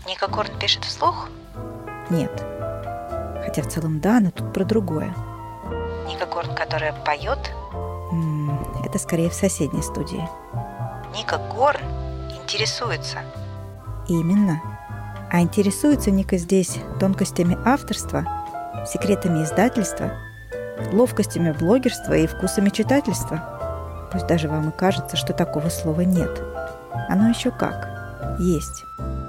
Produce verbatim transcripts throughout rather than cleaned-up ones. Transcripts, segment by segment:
Ника Корн пишет вслух? Нет. Хотя в целом да, но тут про другое. Ника Корн, которая поет? М, Это скорее в соседней студии. Ника Корн интересуется. Именно. А интересуется Ника здесь тонкостями авторства, секретами издательства, ловкостями блогерства и вкусами читательства. Пусть даже вам и кажется, что такого слова нет. Оно еще как. Есть.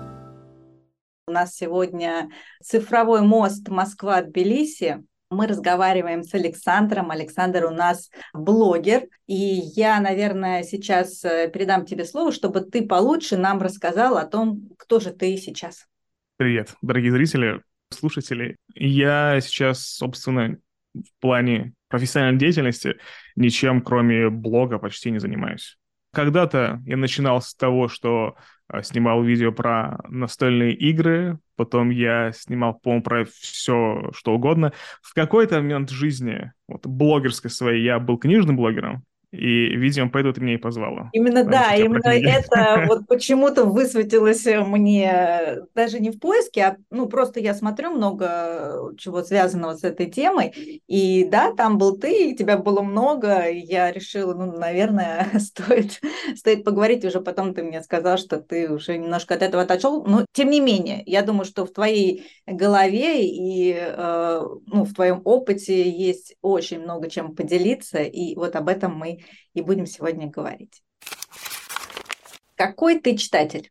У нас сегодня цифровой мост Москва-Тбилиси. Мы разговариваем с Александром. Александр у нас блогер. И я, наверное, сейчас передам тебе слово, чтобы ты получше нам рассказал о том, кто же ты сейчас. Привет, дорогие зрители, слушатели. Я сейчас, собственно, в плане профессиональной деятельности ничем, кроме блога, почти не занимаюсь. Когда-то я начинал с того, что а, снимал видео про настольные игры, потом я снимал, по-моему, про все, что угодно. В какой-то момент жизни, вот, блогерской своей, я был книжным блогером, и, видимо, поэтому ты меня и позвала. Именно Потому да, что у тебя про именно книги. это вот почему-то высветилось мне даже не в поиске, а ну просто я смотрю много чего связанного с этой темой, и да, там был ты, и тебя было много, и я решила, ну, наверное, стоит, стоит поговорить, уже потом ты мне сказал, что ты уже немножко от этого отошел, но тем не менее, я думаю, что в твоей голове и э, ну, в твоем опыте есть очень много чем поделиться, и вот об этом мы и будем сегодня говорить. Какой ты читатель?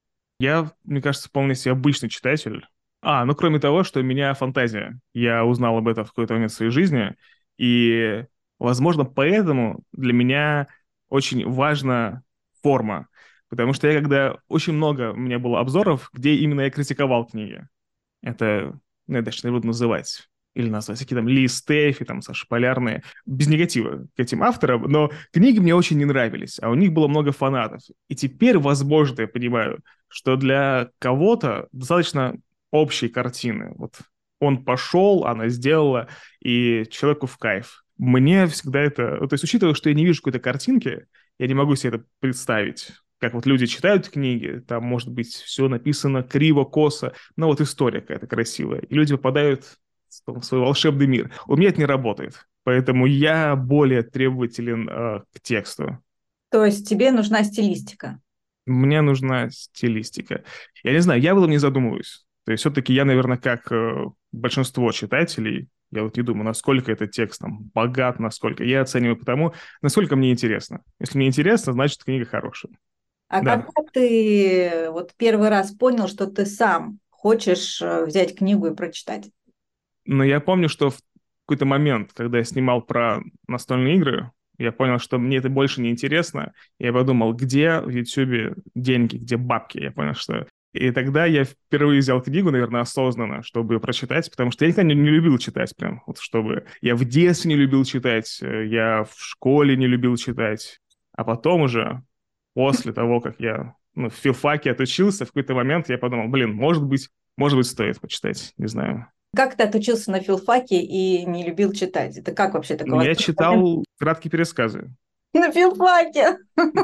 Я, мне кажется, вполне себе обычный читатель. А, ну кроме того, что у меня фантазия. Я узнал об этом в какой-то момент своей жизни, и, возможно, поэтому для меня очень важна форма. Потому что я когда... Очень много у меня было обзоров, где именно я критиковал книги. Это, ну, я даже не буду называть. Или назвать всякие там Ли Стефи, там, Саша Полярные. Без негатива к этим авторам, но книги мне очень не нравились, а у них было много фанатов. И теперь, возможно, я понимаю, что для кого-то достаточно общей картины. Вот он пошел, она сделала, и человеку в кайф. Мне всегда это... ну, то есть, учитывая, что я не вижу какой-то картинки, я не могу себе это представить. Как вот люди читают книги, там, может быть, все написано криво, косо, но вот история какая-то красивая. И люди попадают в свой волшебный мир. У меня это не работает. Поэтому я более требователен э, к тексту. То есть тебе нужна стилистика? Мне нужна стилистика. Я не знаю, я об этом не задумываюсь. То есть все-таки я, наверное, как э, большинство читателей, я вот не думаю, насколько этот текст там богат, насколько. Я оцениваю потому, насколько мне интересно. Если мне интересно, значит, книга хорошая. А Да. когда ты вот первый раз понял, что ты сам хочешь э, взять книгу и прочитать? Но я помню, что в какой-то момент, когда я снимал про настольные игры, я понял, что мне это больше не интересно. Я подумал, где в Ютубе деньги, где бабки. Я понял, что... И тогда я впервые взял книгу, наверное, осознанно, чтобы ее прочитать, потому что я никогда не, не любил читать прям. Вот чтобы... Я в детстве не любил читать, э, я в школе не любил читать. А потом уже, после того, как я ну, в филфаке отучился, в какой-то момент я подумал, блин, может быть, может быть, стоит почитать, не знаю. Как ты отучился на филфаке и не любил читать? Это как вообще Ну, такое? я читал краткие пересказы. На филфаке!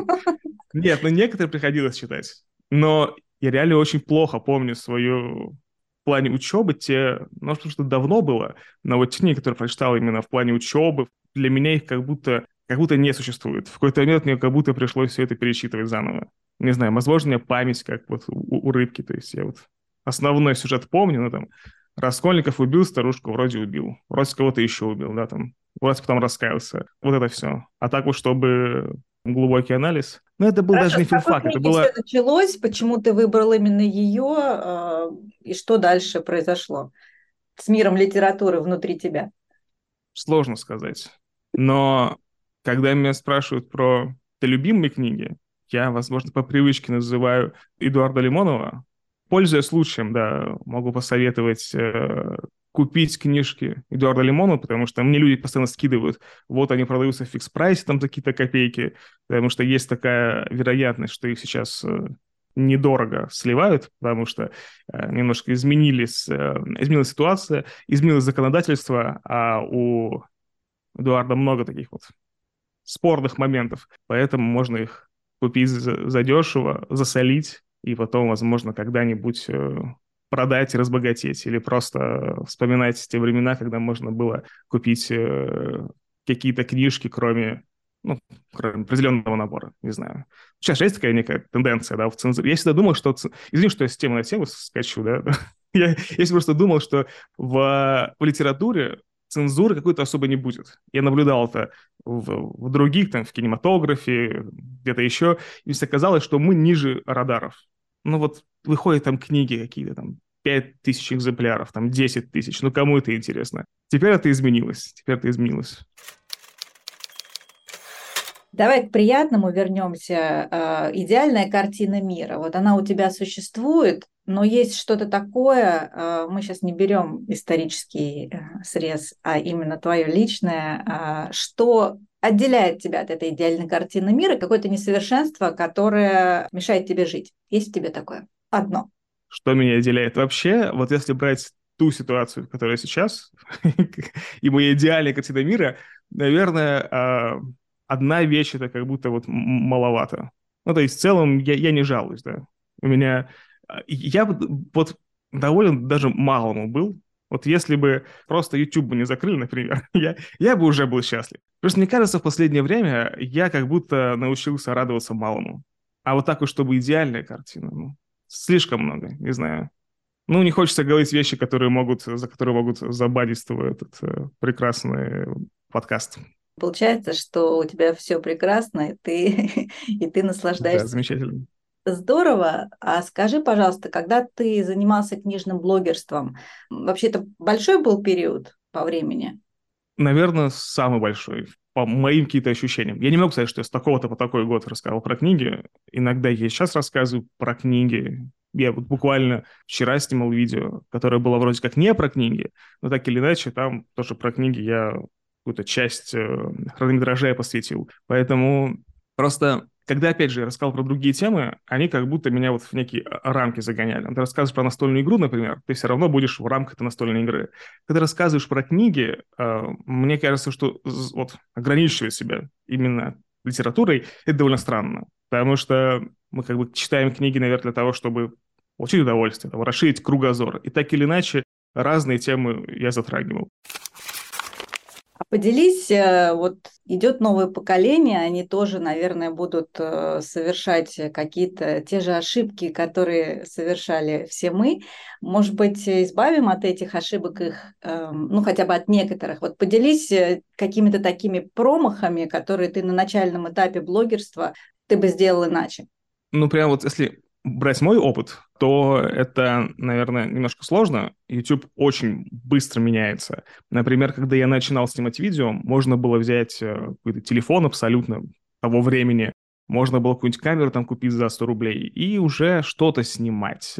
Нет, ну некоторые приходилось читать. Но я реально очень плохо помню свою в плане учебы, те, ну, потому что давно было, но вот те книги, которые прочитал именно в плане учебы, для меня их как будто, как будто не существует. В какой-то момент мне как будто пришлось все это перечитывать заново. Не знаю, возможно, у меня память как вот у, у рыбки, то есть я вот основной сюжет помню, ну там Раскольников убил, старушку вроде убил, вроде кого-то еще убил, да, там, вроде потом раскаялся. Вот это все. А так вот, чтобы глубокий анализ. Но это был Хорошо, даже не с какой филфак, это книги все было... началось? Почему ты выбрал именно ее? э, И что дальше произошло с миром литературы внутри тебя? Сложно сказать. Но когда меня спрашивают про любимые книги, я, возможно, по привычке называю Эдуарда Лимонова. Пользуясь случаем, да, могу посоветовать э, купить книжки Эдуарда Лимонова, потому что мне люди постоянно скидывают. Вот они продаются в фикс-прайсе там за какие-то копейки, потому что есть такая вероятность, что их сейчас э, недорого сливают, потому что э, немножко изменились, э, изменилась ситуация, изменилось законодательство, а у Эдуарда много таких вот спорных моментов, поэтому можно их купить за- задешево, засолить, и потом, возможно, когда-нибудь э, продать и разбогатеть, или просто вспоминать те времена, когда можно было купить э, какие-то книжки, кроме, ну, кроме определенного набора, не знаю. Сейчас же есть такая некая тенденция, да, в цензуре. Я всегда думал, что... ц- Извини, что я с темы на тему скачу, да. Я, я просто думал, что в, в литературе цензуры какой-то особо не будет. Я наблюдал это в, в других, там, в кинематографе, где-то еще. И мне казалось, что мы ниже радаров. Ну вот выходят там книги какие-то, там, пять тысяч экземпляров, там, десять тысяч. Ну, кому это интересно? Теперь это изменилось. Теперь это изменилось. Давай к приятному вернемся. Э, Идеальная картина мира. Вот она у тебя существует, но есть что-то такое, э, мы сейчас не берем исторический э, срез, а именно твое личное, э, что отделяет тебя от этой идеальной картины мира, какое-то несовершенство, которое мешает тебе жить. Есть в тебе такое? Одно. Что меня отделяет вообще? Вот если брать ту ситуацию, которая сейчас, и моя идеальная картина мира, наверное, а, одна вещь это как будто вот м- маловато. Ну, то есть в целом я, я не жалуюсь, да. У меня... а, Я вот вот доволен даже малому был. Вот если бы просто YouTube бы не закрыли, например, я, я бы уже был счастлив. Просто мне кажется, в последнее время я как будто научился радоваться малому. А вот так вот, чтобы идеальная картина, ну, слишком много, не знаю. Ну, не хочется говорить вещи, которые могут, за которые могут забанить твой этот э, прекрасный подкаст. Получается, что у тебя все прекрасно, и ты, и ты Да, наслаждаешься. замечательно. Здорово. А скажи, пожалуйста, когда ты занимался книжным блогерством, вообще это большой был период по времени? Наверное, самый большой, по моим каким-то ощущениям. Я не могу сказать, что я с такого-то по такой год рассказывал про книги. Иногда я сейчас рассказываю про книги. Я вот буквально вчера снимал видео, которое было вроде как не про книги, но так или иначе, там тоже про книги я какую-то часть э, хронометража я посвятил. Поэтому просто, когда, опять же, я рассказал про другие темы, они как будто меня вот в некие а, рамки загоняли. Ты рассказываешь про настольную игру, например, ты все равно будешь в рамках этой настольной игры. Когда рассказываешь про книги, э, мне кажется, что з- вот ограничивать себя именно литературой, это довольно странно. Потому что мы как бы читаем книги, наверное, для того, чтобы получить удовольствие, там, расширить кругозор. И так или иначе, разные темы я затрагивал. А поделись, э, вот идет новое поколение, они тоже, наверное, будут э, совершать какие-то те же ошибки, которые совершали все мы. Может быть, избавим от этих ошибок их, э, ну, хотя бы от некоторых. Вот поделись э, какими-то такими промахами, которые ты на начальном этапе блогерства ты бы сделал иначе. Ну, прям вот если брать мой опыт, то это, наверное, немножко сложно. YouTube очень быстро меняется. Например, когда я начинал снимать видео, можно было взять э, какой-то телефон абсолютно того времени, можно было какую-нибудь камеру там купить за сто рублей и уже что-то снимать.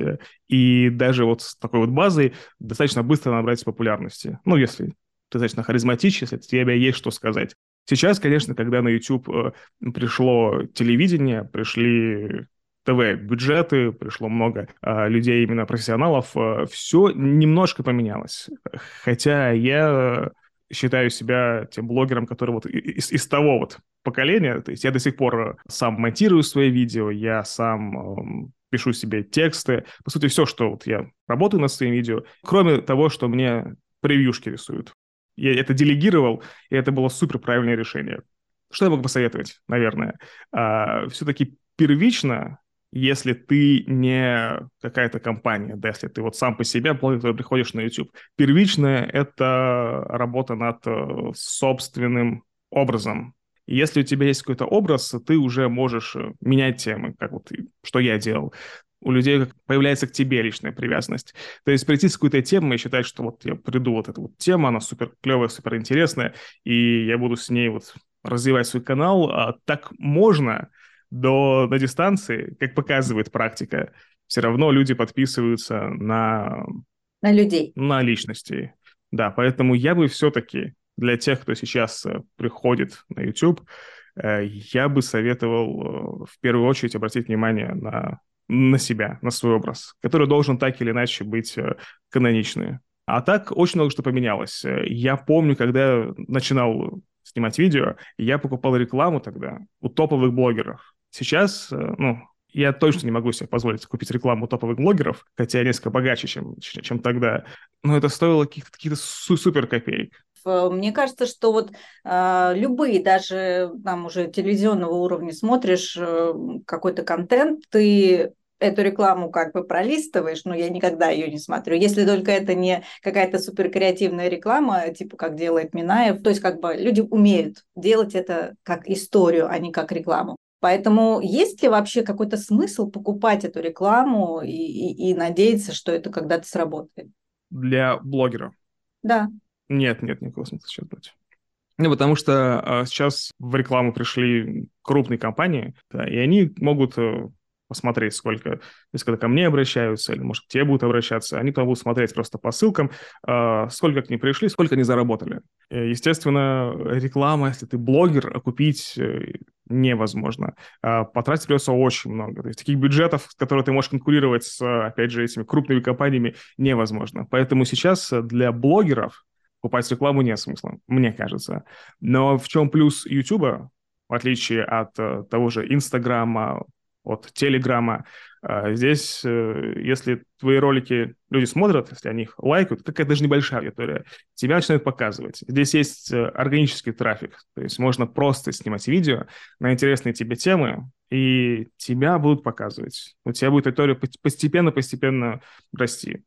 И даже вот с такой вот базой достаточно быстро набрать популярности. Ну, если ты достаточно харизматичен, если у тебя есть что сказать. Сейчас, конечно, когда на YouTube э, пришло телевидение, пришли ТВ-бюджеты, пришло много э, людей, именно профессионалов, э, все немножко поменялось. Хотя я считаю себя тем блогером, который вот из, из того вот поколения, то есть я до сих пор сам монтирую свои видео, я сам э, пишу себе тексты, по сути, все, что вот я работаю над своим видео, кроме того, что мне превьюшки рисуют. Я это делегировал, и это было супер правильное решение. Что я могу посоветовать, наверное? А, все-таки первично, если ты не какая-то компания, да, если ты вот сам по себе, блогер, приходишь на YouTube, первичное — это работа над э, собственным образом. И если у тебя есть какой-то образ, ты уже можешь менять темы, как вот и- что я делал. У людей как появляется к тебе личная привязанность. То есть прийти с какой-то темой и считать, что вот я приду, вот эта вот тема, она супер клевая, супер интересная, и я буду с ней вот развивать свой канал. А так можно, до, на дистанции, как показывает практика, все равно люди подписываются на, На людей. на личности. Да, поэтому я бы все-таки для тех, кто сейчас э, приходит на YouTube, э, я бы советовал э, в первую очередь обратить внимание на на себя, на свой образ, который должен так или иначе быть э, каноничным. А так очень много что поменялось. Э, Я помню, когда я начинал снимать видео, я покупал рекламу тогда у топовых блогеров. Сейчас, э, ну, Я точно не могу себе позволить купить рекламу топовых блогеров, хотя я несколько богаче, чем, чем тогда. Но это стоило каких-то, каких-то супер копеек. Мне кажется, что вот э, любые, даже там уже телевизионного уровня смотришь э, какой-то контент, ты эту рекламу как бы пролистываешь, но я никогда ее не смотрю. Если только это не какая-то суперкреативная реклама, типа как делает Минаев, то есть как бы люди умеют делать это как историю, а не как рекламу. Поэтому есть ли вообще какой-то смысл покупать эту рекламу и, и, и надеяться, что это когда-то сработает? Для блогера? Да. Нет, нет никакого смысла сейчас брать. Ну, потому что а, сейчас в рекламу пришли крупные компании, да, и они могут а, посмотреть, сколько, то есть когда ко мне обращаются, или, может, к тебе будут обращаться, они там будут смотреть просто по ссылкам, а, сколько к ним пришли, сколько они заработали. И, естественно, реклама, если ты блогер, окупить невозможно. А, потратить придется очень много. То есть таких бюджетов, с которыми ты можешь конкурировать с, опять же, этими крупными компаниями, невозможно. Поэтому сейчас для блогеров покупать рекламу нет смысла, мне кажется. Но в чем плюс Ютуба, в отличие от э, того же Инстаграма, от Телеграма, э, здесь, э, если твои ролики люди смотрят, если они их лайкают, какая-то даже небольшая аудитория, тебя начинают показывать. Здесь есть э, органический трафик, то есть можно просто снимать видео на интересные тебе темы, и тебя будут показывать. У тебя будет аудитория постепенно-постепенно расти.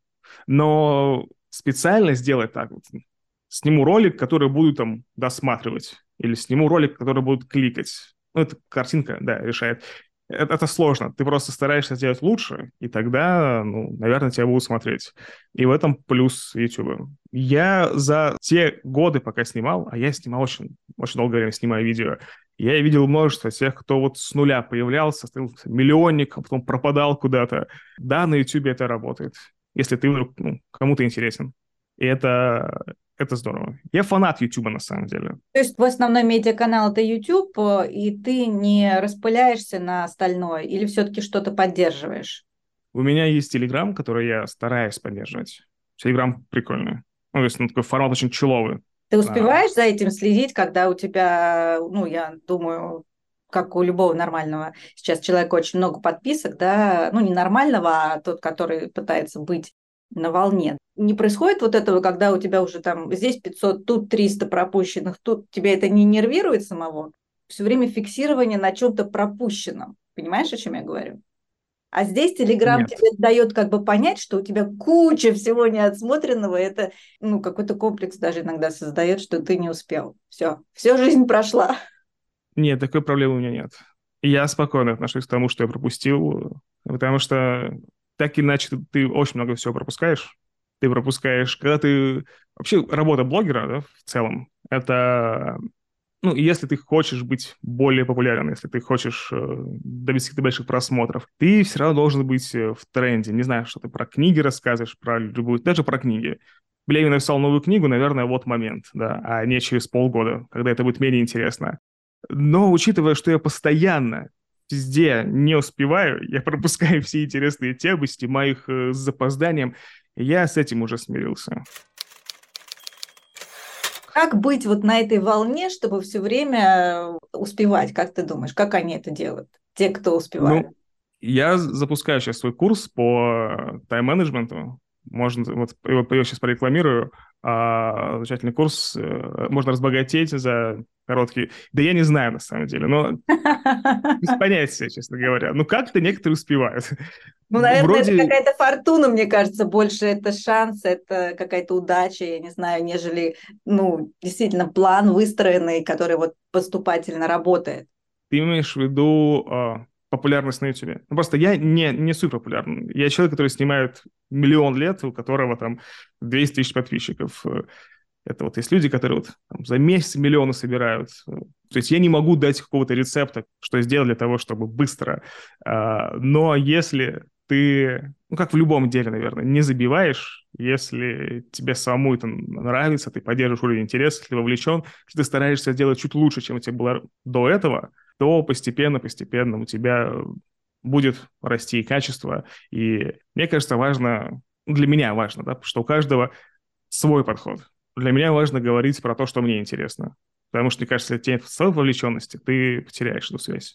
Но специально сделать так вот, сниму ролик, который буду там досматривать, или сниму ролик, который будут кликать. Ну, это картинка, да, решает. Это, это сложно. Ты просто стараешься сделать лучше, и тогда, ну, наверное, тебя будут смотреть. И в этом плюс YouTube. Я за те годы, пока снимал, а я снимал очень, очень долгое время, снимая видео, я видел множество тех, кто вот с нуля появлялся, стал миллионником, потом пропадал куда-то. Да, на YouTube это работает, если ты вдруг, ну, кому-то интересен. И это, это здорово. Я фанат Ютуба, на самом деле. То есть твой основной медиаканал – это YouTube, и ты не распыляешься на остальное, или все-таки что-то поддерживаешь? У меня есть Telegram, который я стараюсь поддерживать. Telegram прикольный. Ну, то есть ну, такой формат очень человый. Ты успеваешь а... за этим следить, когда у тебя, ну, я думаю, как у любого нормального сейчас человека очень много подписок, да, ну, не нормального, а тот, который пытается быть на волне. Не происходит вот этого, когда у тебя уже там здесь пятьсот, тут триста пропущенных, тут тебя это не нервирует самого? Все время фиксирование на чем-то пропущенном. Понимаешь, о чем я говорю? А здесь Telegram тебе дает как бы понять, что у тебя куча всего неотсмотренного. Это, ну, какой-то комплекс даже иногда создает, что ты не успел. Все, всю жизнь прошла. Нет, такой проблемы у меня нет. Я спокойно отношусь к тому, что я пропустил, потому что так или иначе ты, ты очень много всего пропускаешь. Ты пропускаешь, когда ты... Вообще работа блогера, да, в целом, это... Ну, если ты хочешь быть более популярным, если ты хочешь э, добиться каких-то больших просмотров, ты все равно должен быть в тренде. Не знаю, что ты про книги рассказываешь, про любую... Даже про книги. Бля, я написал новую книгу, наверное, вот момент, да, а не через полгода, когда это будет менее интересно. Но учитывая, что я постоянно везде не успеваю, я пропускаю все интересные темы, снимаю их с запозданием, я с этим уже смирился. Как быть вот на этой волне, чтобы все время успевать? Как ты думаешь, как они это делают, те, кто успевает? Ну, я запускаю сейчас свой курс по тайм-менеджменту. Можно, вот его, его сейчас прорекламирую. А, замечательный курс. Можно разбогатеть за короткий... Да я не знаю, на самом деле, но без понятия, честно говоря. Ну, как-то некоторые успевают. Ну, наверное, Вроде... это какая-то фортуна, мне кажется, больше это шанс, это какая-то удача, я не знаю, нежели, ну, действительно, план выстроенный, который вот поступательно работает. Ты имеешь в виду э, популярность на YouTube? Ну, просто я не, не супер популярный. Я человек, который снимает миллион лет, у которого там двести тысяч подписчиков. Это вот есть люди, которые вот там, за месяц миллионы собирают. То есть я не могу дать какого-то рецепта, что сделать для того, чтобы быстро. Э, но если... ты, ну, как в любом деле, наверное, не забиваешь, если тебе самому это нравится, ты поддерживаешь уровень интереса, если ты вовлечен, если ты стараешься сделать чуть лучше, чем у тебя было до этого, то постепенно-постепенно у тебя будет расти качество. И мне кажется, важно, для меня важно, да, что у каждого свой подход. Для меня важно говорить про то, что мне интересно. Потому что, мне кажется, если нет своей вовлеченности, ты потеряешь эту связь.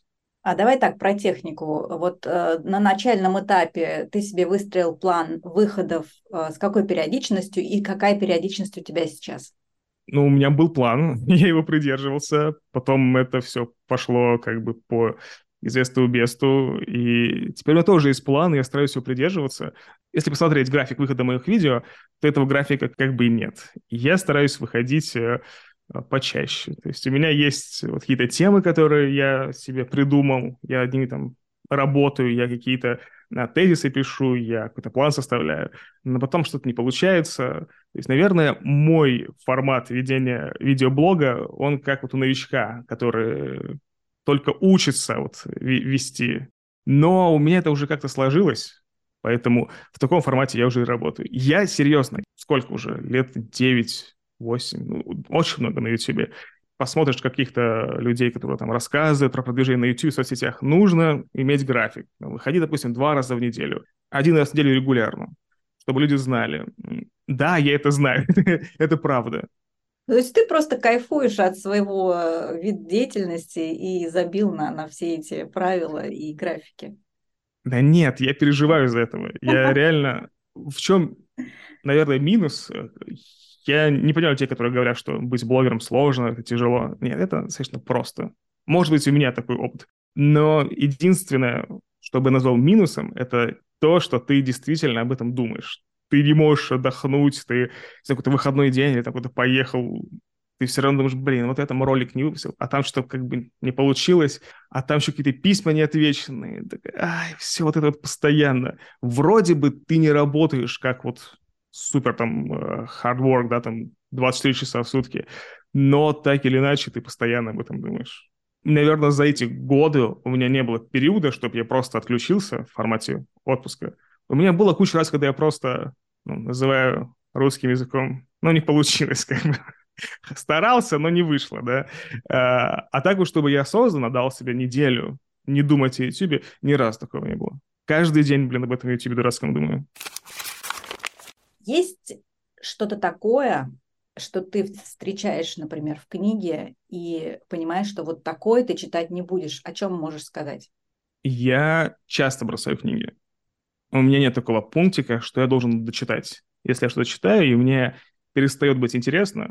А давай так, про технику. Вот э, на начальном этапе ты себе выстроил план выходов, э, с какой периодичностью и какая периодичность у тебя сейчас? Ну, у меня был план, я его придерживался, потом это все пошло как бы по известному месту, и теперь у меня тоже есть план, и я стараюсь его придерживаться. Если посмотреть график выхода моих видео, то этого графика как бы и нет. И я стараюсь выходить э, почаще. То есть у меня есть вот какие-то темы, которые я себе придумал, я одними там работаю, я какие-то а, тезисы пишу, я какой-то план составляю, но потом что-то не получается. То есть, наверное, мой формат ведения видеоблога, он как вот у новичка, который только учится вот вести. Но у меня это уже как-то сложилось, поэтому в таком формате я уже и работаю. Я серьезно, сколько уже? Лет девять, восемь, ну, очень много на YouTube. Посмотришь каких-то людей, которые там рассказывают про продвижение на YouTube в соцсетях, нужно иметь график. Выходи, допустим, два раза в неделю. Один раз в неделю регулярно, чтобы люди знали. Да, я это знаю, это правда. То есть ты просто кайфуешь от своего э, вида деятельности и забил на, на все эти правила и графики. Да нет, я переживаю из-за этого. Я реально... В чем, наверное, минус? Я не понимаю те, которые говорят, что быть блогером сложно, это тяжело. Нет, это достаточно просто. Может быть, у меня такой опыт. Но единственное, что бы я назвал минусом, это то, что ты действительно об этом думаешь. Ты не можешь отдохнуть, ты за какой-то выходной день или там куда-то поехал, ты все равно думаешь, блин, вот этом ролик не выпустил, а там что-то как бы не получилось, а там еще какие-то письма неотвеченные. Так, ай, все вот это вот постоянно. Вроде бы ты не работаешь как вот супер там hard work, да, там двадцать четыре часа в сутки, но так или иначе ты постоянно об этом думаешь. Наверное, за эти годы у меня не было периода, чтобы я просто отключился в формате отпуска. У меня было куча раз, когда я просто, ну, называю русским языком, ну, не получилось, как бы. Старался, но не вышло, да. А, а так вот, чтобы я осознанно дал себе неделю не думать о Ютубе, ни разу такого не было. Каждый день, блин, об этом Ютубе дурацком думаю. Есть что-то такое, что ты встречаешь, например, в книге и понимаешь, что вот такое ты читать не будешь. О чем можешь сказать? Я часто бросаю книги. У меня нет такого пунктика, что я должен дочитать. Если я что-то читаю, и мне перестает быть интересно,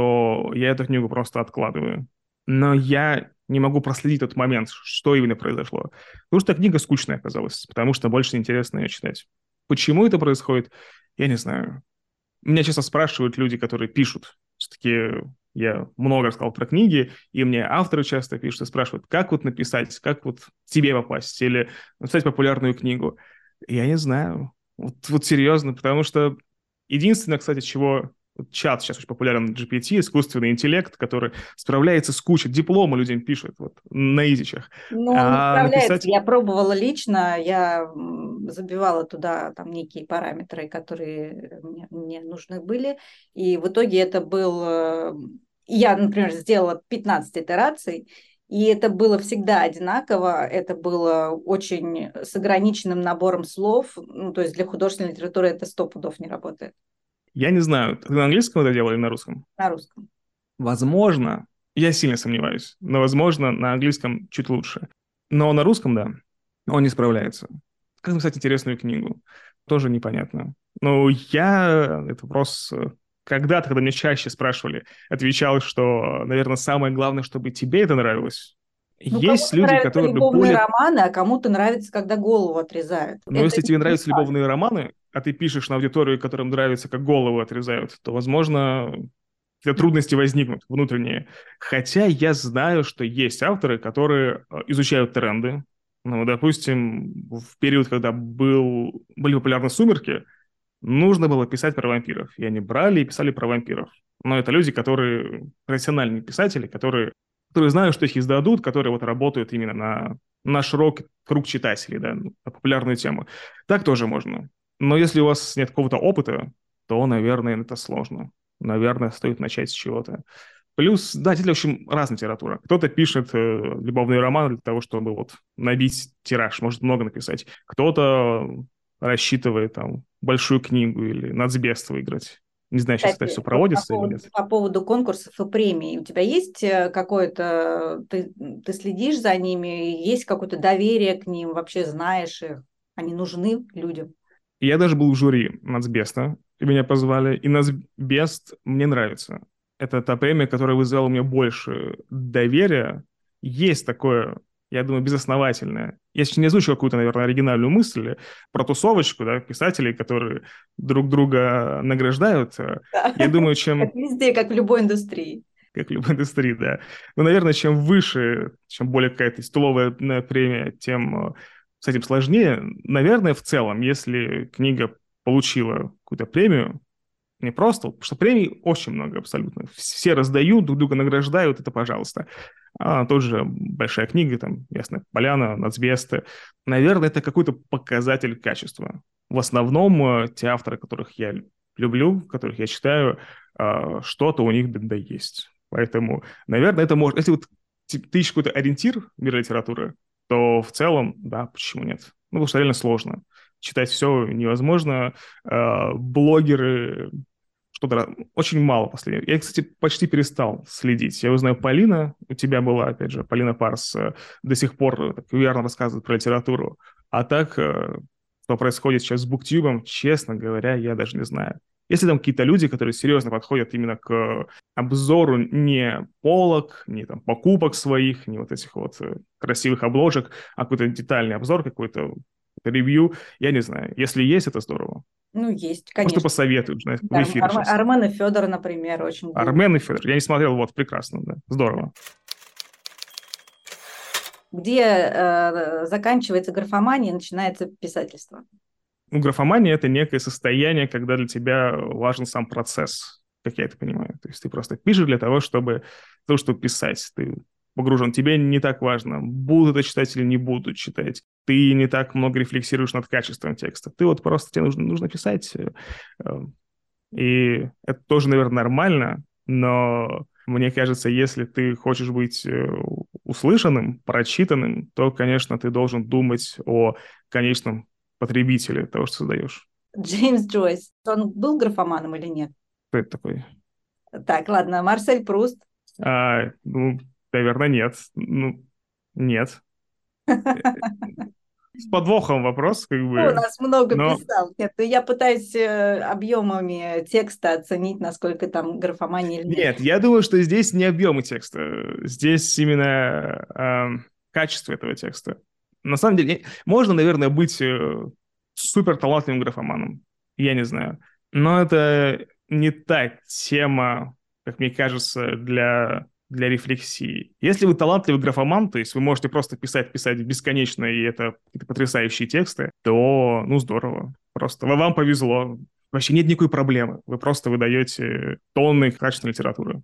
то я эту книгу просто откладываю. Но я не могу проследить тот момент, что именно произошло. Потому что книга скучная оказалась, потому что больше неинтересно ее читать. Почему это происходит, я не знаю. Меня часто спрашивают люди, которые пишут. Все-таки я много рассказал про книги, и мне авторы часто пишут и спрашивают, как вот написать, как вот к тебе попасть, или написать популярную книгу. Я не знаю. Вот, вот серьезно, потому что единственное, кстати, чего вот чат сейчас очень популярен, джи пи ти, искусственный интеллект, который справляется с кучей, дипломы людям пишет вот, на изичах. Ну, он не А справляется. написать... Я пробовала лично, я м, забивала туда там некие параметры, которые мне, мне нужны были, и в итоге это был... э, Я, например, сделала пятнадцать итераций, и это было всегда одинаково, это было очень с ограниченным набором слов, ну, то есть для художественной литературы это сто пудов не работает. Я не знаю, ты на английском это делал или на русском? На русском. Возможно, я сильно сомневаюсь, но, возможно, на английском чуть лучше. Но на русском, да, он не справляется. Как написать интересную книгу? Тоже непонятно. Но я этот вопрос э, когда-то, когда меня чаще спрашивали, отвечал, что, наверное, самое главное, чтобы тебе это нравилось. Ну, Есть кому-то люди, нравятся которые любовные более... романы, а кому-то нравится, когда голову отрезают. Но Это если тебе не нравятся так. любовные романы, а ты пишешь на аудиторию, которым нравится, как голову отрезают, то, возможно, какие-то трудности возникнут внутренние. Хотя я знаю, что есть авторы, которые э, изучают тренды. Ну, допустим, в период, когда был, были популярны «Сумерки», нужно было писать про вампиров. И они брали и писали про вампиров. Но это люди, которые профессиональные писатели, которые, которые знают, что их издадут, которые вот работают именно на, на широкий круг читателей, да, на популярную тему. Так тоже можно. Но если у вас нет какого-то опыта, то, наверное, это сложно. Наверное, стоит начать с чего-то. Плюс, да, это, в общем, разная литература. Кто-то пишет э, любовные романы для того, чтобы вот набить тираж, может много написать. Кто-то рассчитывает там большую книгу или нацбес выиграть. Не знаю, сейчас это Кстати, все вот по проводится или поводу, нет. по поводу конкурсов и премий, у тебя есть э, какое-то, ты, ты следишь за ними, есть какое-то доверие к ним, вообще знаешь их, они нужны людям? Я даже был в жюри Нацбеста, и меня позвали, и Нацбест мне нравится. Это та премия, которая вызвала у меня больше доверия. Есть такое, я думаю, безосновательное. Я сейчас не озвучу какую-то, наверное, оригинальную мысль про тусовочку, да, писателей, которые друг друга награждают. Да. Я думаю, чем Как везде, как в любой индустрии. как в любой индустрии, да. Ну, наверное, чем выше, чем более какая-то титуловая премия, тем э, с этим сложнее. Наверное, в целом, если книга получила какую-то премию, не просто, потому что премий очень много абсолютно. Все раздают, друг друга награждают, это пожалуйста. А тоже большая книга, там, Ясная Поляна, Нацбесты. Наверное, это какой-то показатель качества. В основном э, те авторы, которых я люблю, которых я читаю, э, что-то у них да есть. Поэтому, наверное, это может... Если вот ты ты ищешь какой-то ориентир в мире литературы, то в целом, да, почему нет? Ну, потому что реально сложно. Читать все невозможно. Э, Блогеры что-то очень мало последнего. Я, кстати, почти перестал следить. Я узнаю, Полина, у тебя была, опять же, Полина Парс, э, до сих пор э, так верно рассказывает про литературу. А так, э, что происходит сейчас с буктюбом, честно говоря, я даже не знаю. Если там какие-то люди, которые серьезно подходят именно к обзору не полок, не там покупок своих, не вот этих вот э, красивых обложек, а какой-то детальный обзор, какой-то ревью, я не знаю. Если есть, это здорово. Ну, есть, Может, конечно. посоветуют знаешь, в Ар- эфире Арме- сейчас. Армен и Федор, например, очень был. Армен и Федор. Я не смотрел, вот, прекрасно, да. Здорово. Где э, заканчивается графомания и начинается писательство. Ну, графомания — это некое состояние, когда для тебя важен сам процесс, как я это понимаю. То есть ты просто пишешь для того, чтобы, для того, чтобы писать. Ты погружен. Тебе не так важно, будут это читать или не будут читать. Ты не так много рефлексируешь над качеством текста. Ты вот просто, тебе нужно, нужно писать. э, э, И это тоже, наверное, нормально, но мне кажется, если ты хочешь быть э, услышанным, прочитанным, то, конечно, ты должен думать о конечном потребителе того, что создаешь. Джеймс Джойс, он был графоманом или нет? Кто это такой? Так, ладно, Марсель Пруст. А, ну, наверное, нет. Ну, нет. С подвохом вопрос, как Ну, у бы. нас много Но писал. Нет, ну, я пытаюсь э, объемами текста оценить, насколько там графомания или нет. нет, я думаю, что здесь не объемы текста. Здесь именно эм, качество этого текста. На самом деле, можно, наверное, быть э, супер талантливым графоманом. Я не знаю. Но это не та тема, как мне кажется, для, для рефлексии. Если вы талантливый графоман, то есть вы можете просто писать, писать бесконечно, и это какие-то потрясающие тексты, то, ну, здорово. Просто вам вам повезло. Вообще нет никакой проблемы. Вы просто выдаете тонны качественной литературы.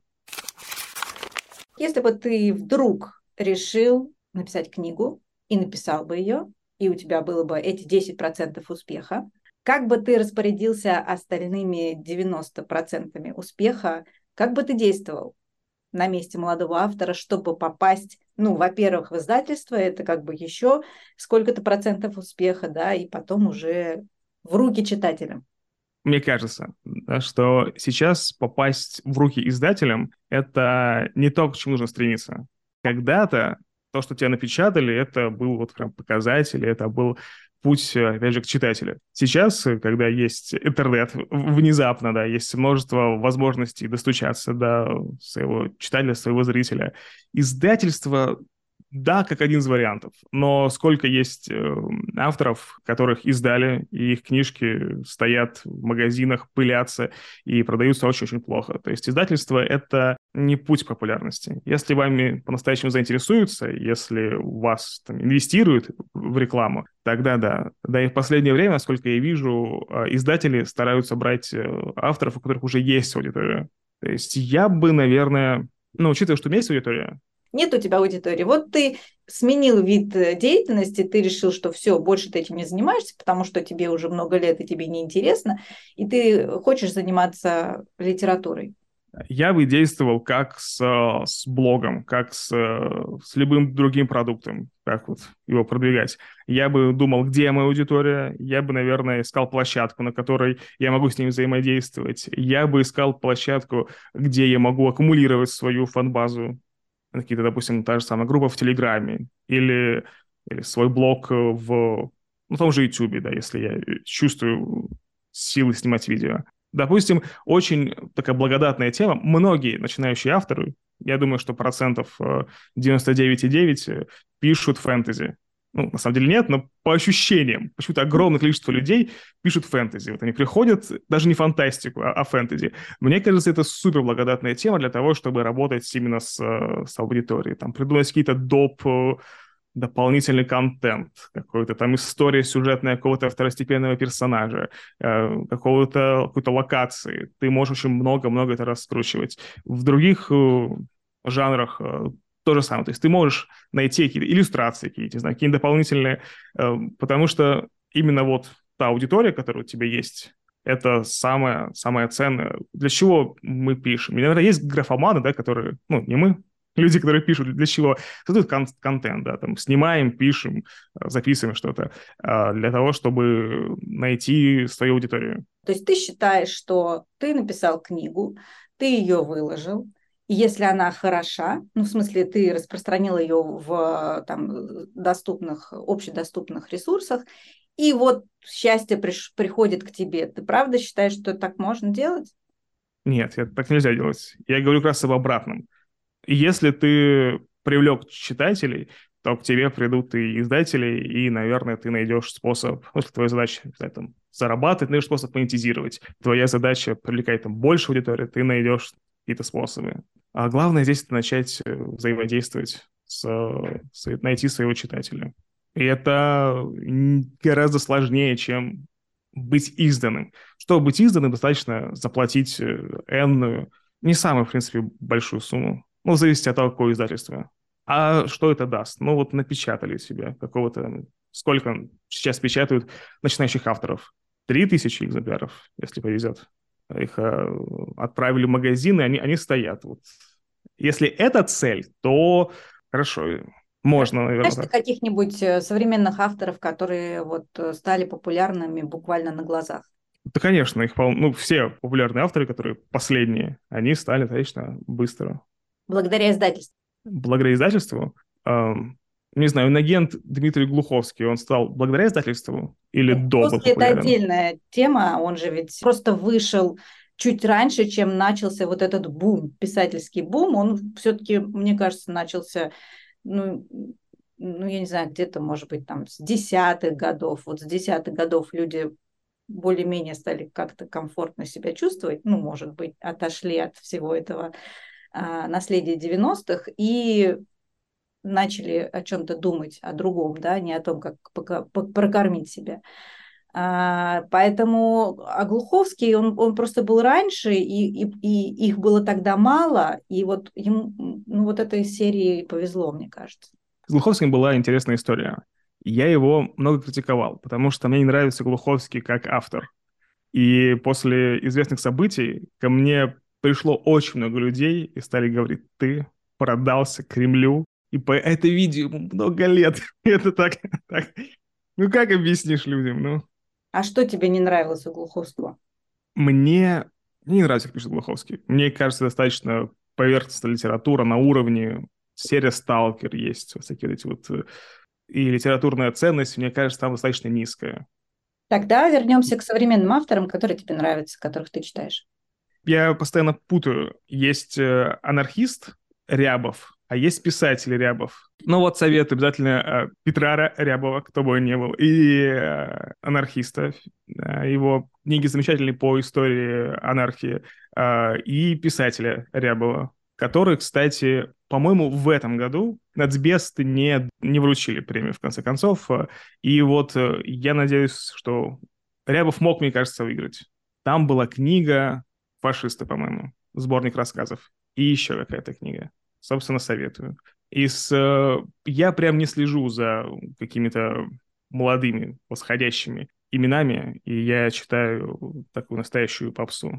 Если бы ты вдруг решил написать книгу и написал бы ее, и у тебя было бы эти десять процентов успеха, как бы ты распорядился остальными девяносто процентов успеха, как бы ты действовал на месте молодого автора, чтобы попасть, ну, во-первых, в издательство, это как бы еще сколько-то процентов успеха, да, и потом уже в руки читателям. Мне кажется, да, что сейчас попасть в руки издателям — это не то, к чему нужно стремиться. Когда-то то, что тебя напечатали, это был вот прям показатель, это был путь, опять же, к читателю. Сейчас, когда есть интернет, внезапно, да, есть множество возможностей достучаться до своего читателя, своего зрителя, издательство, да, как один из вариантов, но сколько есть э, авторов, которых издали, и их книжки стоят в магазинах, пылятся и продаются очень-очень плохо. То есть издательство — это не путь к популярности. Если вами по-настоящему заинтересуются, если вас там инвестируют в рекламу, тогда да. Да и в последнее время, насколько я вижу, э, издатели стараются брать э, авторов, у которых уже есть аудитория. То есть я бы, наверное, ну, учитывая, что у меня есть аудитория, Нет у тебя аудитории. Вот ты сменил вид деятельности, ты решил, что все, больше ты этим не занимаешься, потому что тебе уже много лет и тебе неинтересно, и ты хочешь заниматься литературой. Я бы действовал как с, э, с блогом, как с, э, с любым другим продуктом, как вот его продвигать. Я бы думал, где моя аудитория, я бы, наверное, искал площадку, на которой я могу с ними взаимодействовать. Я бы искал площадку, где я могу аккумулировать свою фан-базу, какие-то, допустим, та же самая группа в Телеграме или, или свой блог в ну, том же Ютубе, да, если я чувствую силы снимать видео. Допустим, очень такая благодатная тема. Многие начинающие авторы, я думаю, что процентов э, девяносто девять и девять э, пишут фэнтези. Ну, на самом деле нет, но по ощущениям. Почему-то огромное количество людей пишут фэнтези. Вот они приходят, даже не фантастику, а, а фэнтези. Мне кажется, это супер благодатная тема для того, чтобы работать именно с, э, с аудиторией. Там придумать какие-то доп. э, дополнительный контент, какая-то там история сюжетная какого-то второстепенного персонажа, э, какого-то, какой-то локации. Ты можешь очень много-много это раскручивать. В других э, жанрах э, то же самое. То есть ты можешь найти какие-то иллюстрации, какие-то, не знаю, какие-то дополнительные, э, потому что именно вот та аудитория, которая у тебя есть, это самое, самое ценное. Для чего мы пишем? И, наверное, есть графоманы, да, которые, ну, не мы, люди, которые пишут, для чего? Создают кон- контент, да, там, снимаем, пишем, э, записываем что-то э, для того, чтобы найти свою аудиторию. То есть ты считаешь, что ты написал книгу, ты ее выложил, и если она хороша, ну, в смысле, ты распространил ее в там, доступных, общедоступных ресурсах, и вот счастье приш- приходит к тебе. Ты правда считаешь, что так можно делать? Нет, это так нельзя делать. Я говорю как раз об обратном. Если ты привлек читателей, то к тебе придут и издатели, и, наверное, ты найдешь способ, ну, если твоя задача, не знаю, там, зарабатывать, найдешь способ монетизировать. Твоя задача привлекать там больше аудитории, ты найдешь какие-то способы. А главное здесь это начать э, взаимодействовать с, с- найти своего читателя. И это м, гораздо сложнее, чем быть изданным. Чтобы быть изданным, достаточно заплатить э, энную, не самую, в принципе, большую сумму. Ну, зависит от того, какое издательство. А что это даст? Ну, вот напечатали себе какого-то... Сколько сейчас печатают начинающих авторов? Три тысячи экземпляров, если повезет. Их э, отправили в магазины, они, они стоят. Вот. Если это цель, то хорошо, можно, наверное, Знаешь ты так. каких-нибудь э, современных авторов, которые вот э, стали популярными буквально на глазах? Да, конечно, их пол- ну, все популярные авторы, которые последние, они стали, конечно, быстро. Благодаря издательству. Благодаря издательству, эм, не знаю, инагент Дмитрий Глуховский, он стал благодаря издательству или до был После это популярен? отдельная тема, он же ведь просто вышел чуть раньше, чем начался вот этот бум, писательский бум. Он все-таки, мне кажется, начался, ну, ну, я не знаю, где-то, может быть, там с десятых годов. Вот с десятых годов люди более-менее стали как-то комфортно себя чувствовать, ну, может быть, отошли от всего этого а, наследия девяностых и начали о чем-то думать, о другом, да, не о том, как пока- по- прокормить себя. А, поэтому а Глуховский, он, он просто был раньше, и, и, и их было тогда мало, и вот ему, ну, вот этой серии повезло, мне кажется. С Глуховским была интересная история. Я его много критиковал, потому что мне не нравится Глуховский как автор. И после известных событий ко мне пришло очень много людей и стали говорить: ты продался Кремлю, и по это видео ему много лет. Это так, так. Ну как объяснишь людям? Ну, А что тебе не нравилось у Глуховского? мне, мне не нравится, как пишет Глуховский. Мне кажется, достаточно поверхностная литература на уровне серия «Сталкер» есть, вот всякие вот эти вот... э, И литературная ценность, мне кажется, там достаточно низкая. Тогда вернемся к современным авторам, которые тебе нравятся, которых ты читаешь. Я постоянно путаю. Есть э, анархист Рябов, а есть писатель Рябов. Ну вот совет обязательно э, Петра Ря- Рябова, кто бы он ни был, и э, анархиста. Э, его книги замечательные по истории анархии. Э, и писателя Рябова, который, кстати, по-моему, в этом году Нацбест не, не вручили премию, в конце концов. Э, И вот э, я надеюсь, что Рябов мог, мне кажется, выиграть. Там была книга «Фашисты», по-моему, сборник рассказов. И еще какая-то книга. Собственно, советую. Из, э, я прям не слежу за какими-то молодыми, восходящими именами, и я читаю такую настоящую попсу.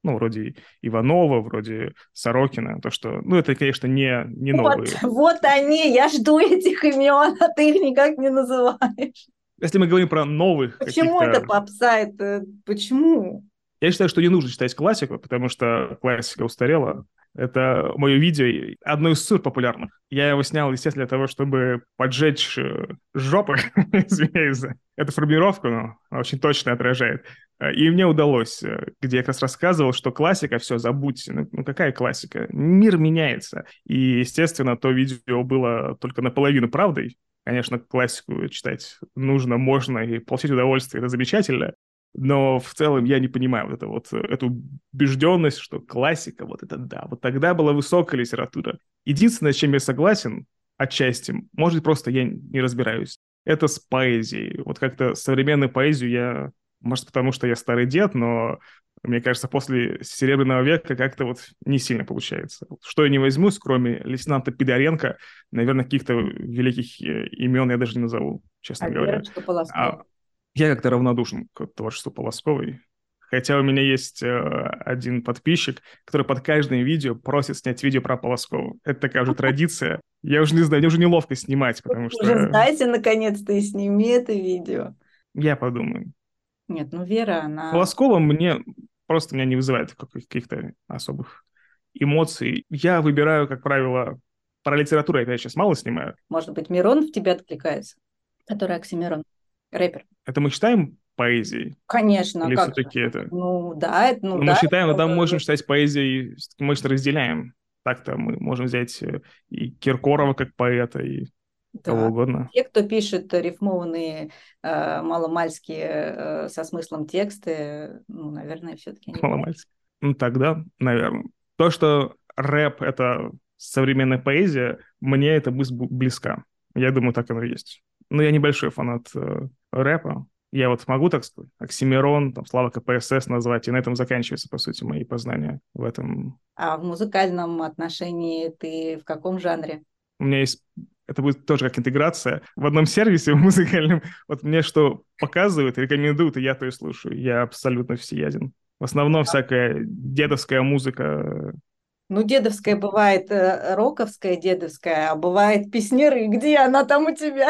ну, вроде Иванова, вроде Сорокина, то, что, ну, это, конечно, не, не Вот, новые. вот они, я жду этих имен, а ты их никак не называешь. Если мы говорим про новых Почему каких-то... это попса? Это почему? Я считаю, что не нужно читать классику, потому что классика устарела. Это мое видео, одно из супер популярных. Я его снял, естественно, для того, чтобы поджечь э, жопы, извиняюсь за эту формулировку, но она очень точно отражает. Э, И мне удалось, э, где я как раз рассказывал, что классика, все, забудьте. Ну, ну какая классика? Мир меняется. И, естественно, то видео было только наполовину правдой. Конечно, классику читать нужно, можно, и получить удовольствие, это замечательно. Но в целом я не понимаю вот, это вот эту убежденность, что классика, вот это да, вот тогда была высокая литература. Единственное, с чем я согласен, отчасти, может быть, просто я не разбираюсь, это с поэзией. Вот как-то современную поэзию я, может, потому что я старый дед, но мне кажется, после Серебряного века как-то вот не сильно получается. Что я не возьмусь, кроме лейтенанта Пидоренко, наверное, каких-то великих имен я даже не назову, честно А говоря. Верочка Полоскова. А я как-то равнодушен к творчеству Полосковой. Хотя у меня есть э, один подписчик, который под каждым видео просит снять видео про Полоскову. Это такая уже традиция. Я уже не знаю, мне уже неловко снимать, потому что... Уже сдайся, наконец-то, и сними это видео. Я подумаю. Нет, ну Вера, она... Полоскова мне просто меня не вызывает каких-то особых эмоций. Я выбираю, как правило, про литературу я, опять сейчас мало снимаю. Может быть, Мирон в тебя откликается? Который Оксимирон, рэпер. Это мы считаем поэзией? Конечно, Или как все-таки же? это... Ну да, это, ну Ну, мы да. считаем, но это- там можем считать поэзией, мы что разделяем. Так-то мы можем взять э, и Киркорова как поэта, и кого Да. угодно. Те, кто пишет рифмованные, э, маломальские, э, со смыслом тексты, ну, наверное, все-таки они... Маломальски. Ну, тогда, наверное. То, что рэп — это современная поэзия, мне эта мысль бу- близка. Я думаю, так оно и есть. Но я небольшой фанат э, рэпа. Я вот могу, так сказать, Оксимирон, там, Слава КПСС назвать, и на этом заканчиваются, по сути, мои познания в этом. А в музыкальном отношении ты в каком жанре? У меня есть... Это будет тоже как интеграция. В одном сервисе в музыкальном вот мне что показывают, рекомендуют, и я то и слушаю. Я абсолютно всеяден. В основном всякая дедовская музыка. Ну, дедовская бывает, э, роковская дедовская, а бывает песняры. Где она там у тебя?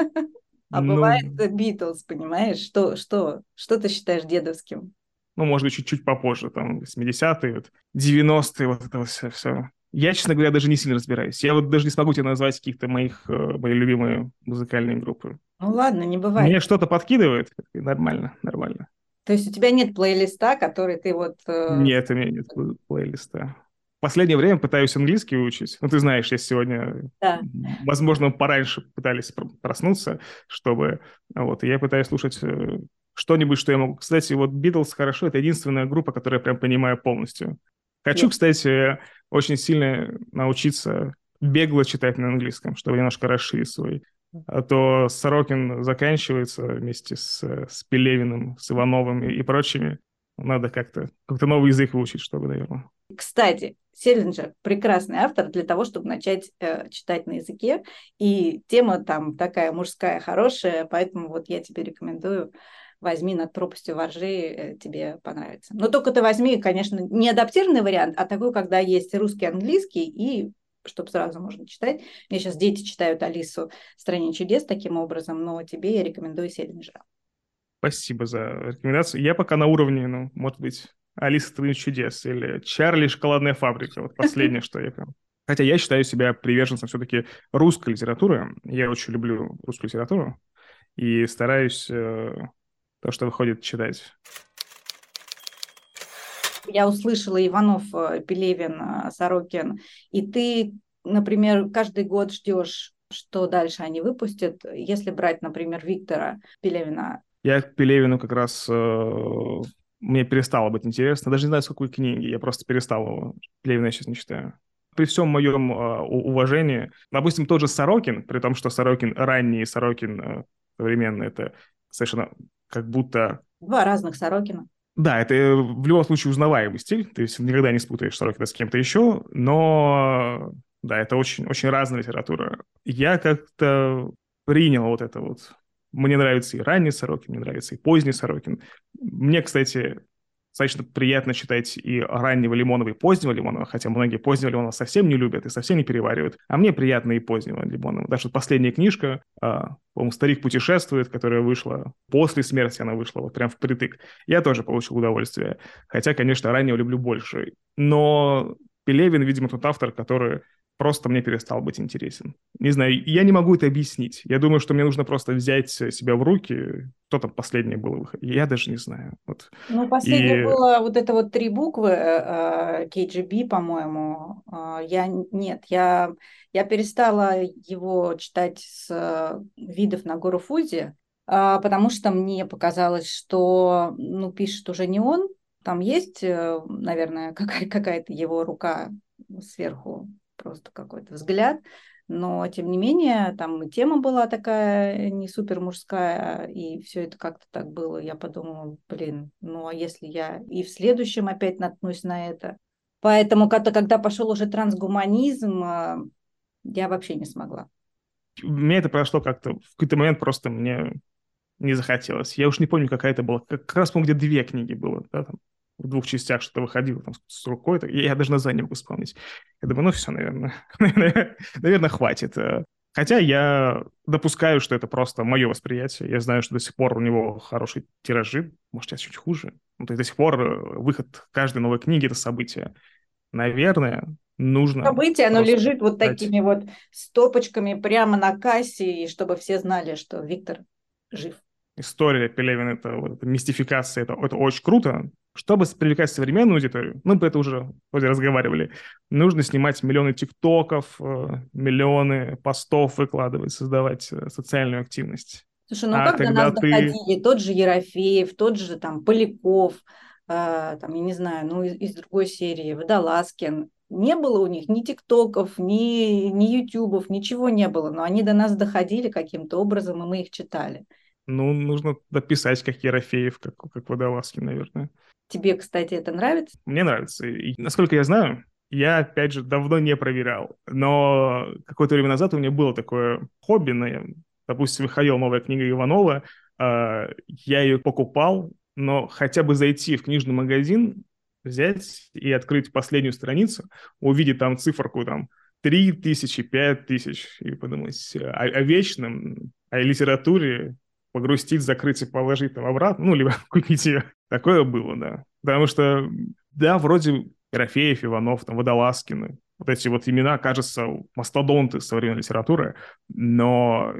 А Ну, бывает Битлз, понимаешь? Что, что, что ты считаешь дедовским? ну, может быть, чуть-чуть попозже, там, восьмидесятые, вот, девяностые, вот это вот все, все. Я, честно говоря, даже не сильно разбираюсь. Я вот даже не смогу тебе назвать каких-то моих, э, мои любимые музыкальные группы. Ну ладно, не бывает. Мне что-то подкидывает, и нормально, нормально. То есть у тебя нет плейлиста, который ты вот... э, Нет, у меня нет плей- плейлиста. В последнее время пытаюсь английский учить. Ну, ты знаешь, я сегодня, Да. возможно, пораньше пытались пр- проснуться, чтобы... Вот, и я пытаюсь слушать э, что-нибудь, что я могу... Кстати, вот Beatles хорошо, это единственная группа, которую я прям понимаю полностью. Хочу, Нет. кстати, очень сильно научиться бегло читать на английском, чтобы немножко расширить свой. А то Сорокин заканчивается вместе с, с Пелевиным, с Ивановым и, и прочими. Надо как-то как-то новый язык выучить, чтобы, наверное. Кстати, Селлинджер прекрасный автор для того, чтобы начать э, читать на языке. И тема там такая мужская, хорошая, поэтому вот я тебе рекомендую. Возьми «Над пропастью воржи», э, тебе понравится. Но только ты возьми, конечно, не адаптированный вариант, а такой, когда есть русский, английский, и чтобы сразу можно читать. Мне сейчас дети читают «Алису в стране чудес» таким образом, но тебе я рекомендую Селлинджера. Спасибо за рекомендацию. Я пока на уровне, ну, может быть, «Алиса в стране чудес» или «Чарли и шоколадная фабрика». Вот последнее, что я прям... Хотя я считаю себя приверженцем все-таки русской литературы. Я очень люблю русскую литературу и стараюсь э, то, что выходит, читать. Я услышала Иванов, э, Пелевин, э, Сорокин, и ты, например, каждый год ждешь, что дальше они выпустят. Если брать, например, Виктора Пелевина. Я к Пелевину как раз... э, мне перестало быть интересно. Даже не знаю, с какой книги. Я просто перестал его. Пелевина я сейчас не читаю. При всем моем э, у- уважении, допустим, тот же Сорокин, при том, что Сорокин ранний и Сорокин э, современный, это совершенно как будто... Два разных Сорокина. Да, это э, в любом случае узнаваемый стиль, ты никогда не спутаешь Сорокина с кем-то еще, но да, это очень, очень разная литература. Я как-то принял вот это вот. Мне нравится и ранний Сорокин, мне нравится и поздний Сорокин. Мне, кстати, достаточно приятно читать и раннего Лимонова, и позднего Лимонова, хотя многие позднего Лимонова совсем не любят и совсем не переваривают. А мне приятно и позднего Лимонова. Даже последняя книжка, а, по-моему, «Старик путешествует», которая вышла после смерти, она вышла вот прям впритык. Я тоже получил удовольствие. Хотя, конечно, раннего люблю больше. Но Пелевин, видимо, тот автор, который просто мне перестал быть интересен. Не знаю, я не могу это объяснить. Я думаю, что мне нужно просто взять себя в руки. Что там последнее было выход? Я даже не знаю. Вот. Ну, последнее И было вот это вот три буквы, э, кей джи би, по-моему. Э, Я, нет, я, я перестала его читать с э, видов на гору Фудзи, а, потому что мне показалось, что, ну, пишет уже не он. Там есть, э, наверное, какая- какая-то его рука сверху, просто какой-то взгляд. Но, тем не менее, там и тема была такая не супер мужская, и все это как-то так было. Я подумала, блин, ну а если я и в следующем опять наткнусь на это? Поэтому, когда когда пошел уже трансгуманизм, а, я вообще не смогла. мне это прошло как-то в какой-то момент просто мне не захотелось. Я уж не помню, какая это была. Как раз, по-моему, где две книги было, да, там, в двух частях что-то выходило там, с рукой. Я, я даже название не могу вспомнить. Я думаю, ну все, наверное, наверное, хватит. Хотя я допускаю, что это просто мое восприятие. Я знаю, что до сих пор у него хорошие тиражи, может, сейчас чуть хуже. Ну, то есть до сих пор э, выход каждой новой книги — это событие. Наверное, нужно Событие, оно просто лежит вот дать... такими вот стопочками прямо на кассе, и чтобы все знали, что Виктор жив. История Пелевина — это, вот, это мистификация, это, это очень круто. Чтобы привлекать современную аудиторию, мы про это уже вроде разговаривали, нужно снимать миллионы тиктоков, э, миллионы постов выкладывать, создавать э, социальную активность. Слушай, ну А как до нас когда ты... доходили тот же Ерофеев, тот же там Поляков, э, там, я не знаю, ну из, из другой серии, Водолазкин. Не было у них ни тиктоков, ни, ни ютубов, ничего не было, но они до нас доходили каким-то образом, и мы их читали. Ну, нужно дописать, как Ерофеев, как, как Водолазкин, наверное. Тебе, кстати, это нравится? Мне нравится. И, насколько я знаю, я, опять же, давно не проверял. Но какое-то время назад у меня было такое хобби. На, допустим, выходила новая книга Иванова, э, я ее покупал, но хотя бы зайти в книжный магазин, взять и открыть последнюю страницу, увидеть там циферку там три тысячи, пять тысяч, и подумать о, о вечном, о литературе, погрустить, закрыть и положить там обратно, ну, либо купить ее. Такое было, да. Потому что, да, вроде Ерофеев, Иванов, там, Водолазкины, вот эти вот имена, кажется, мастодонты современной литературы, но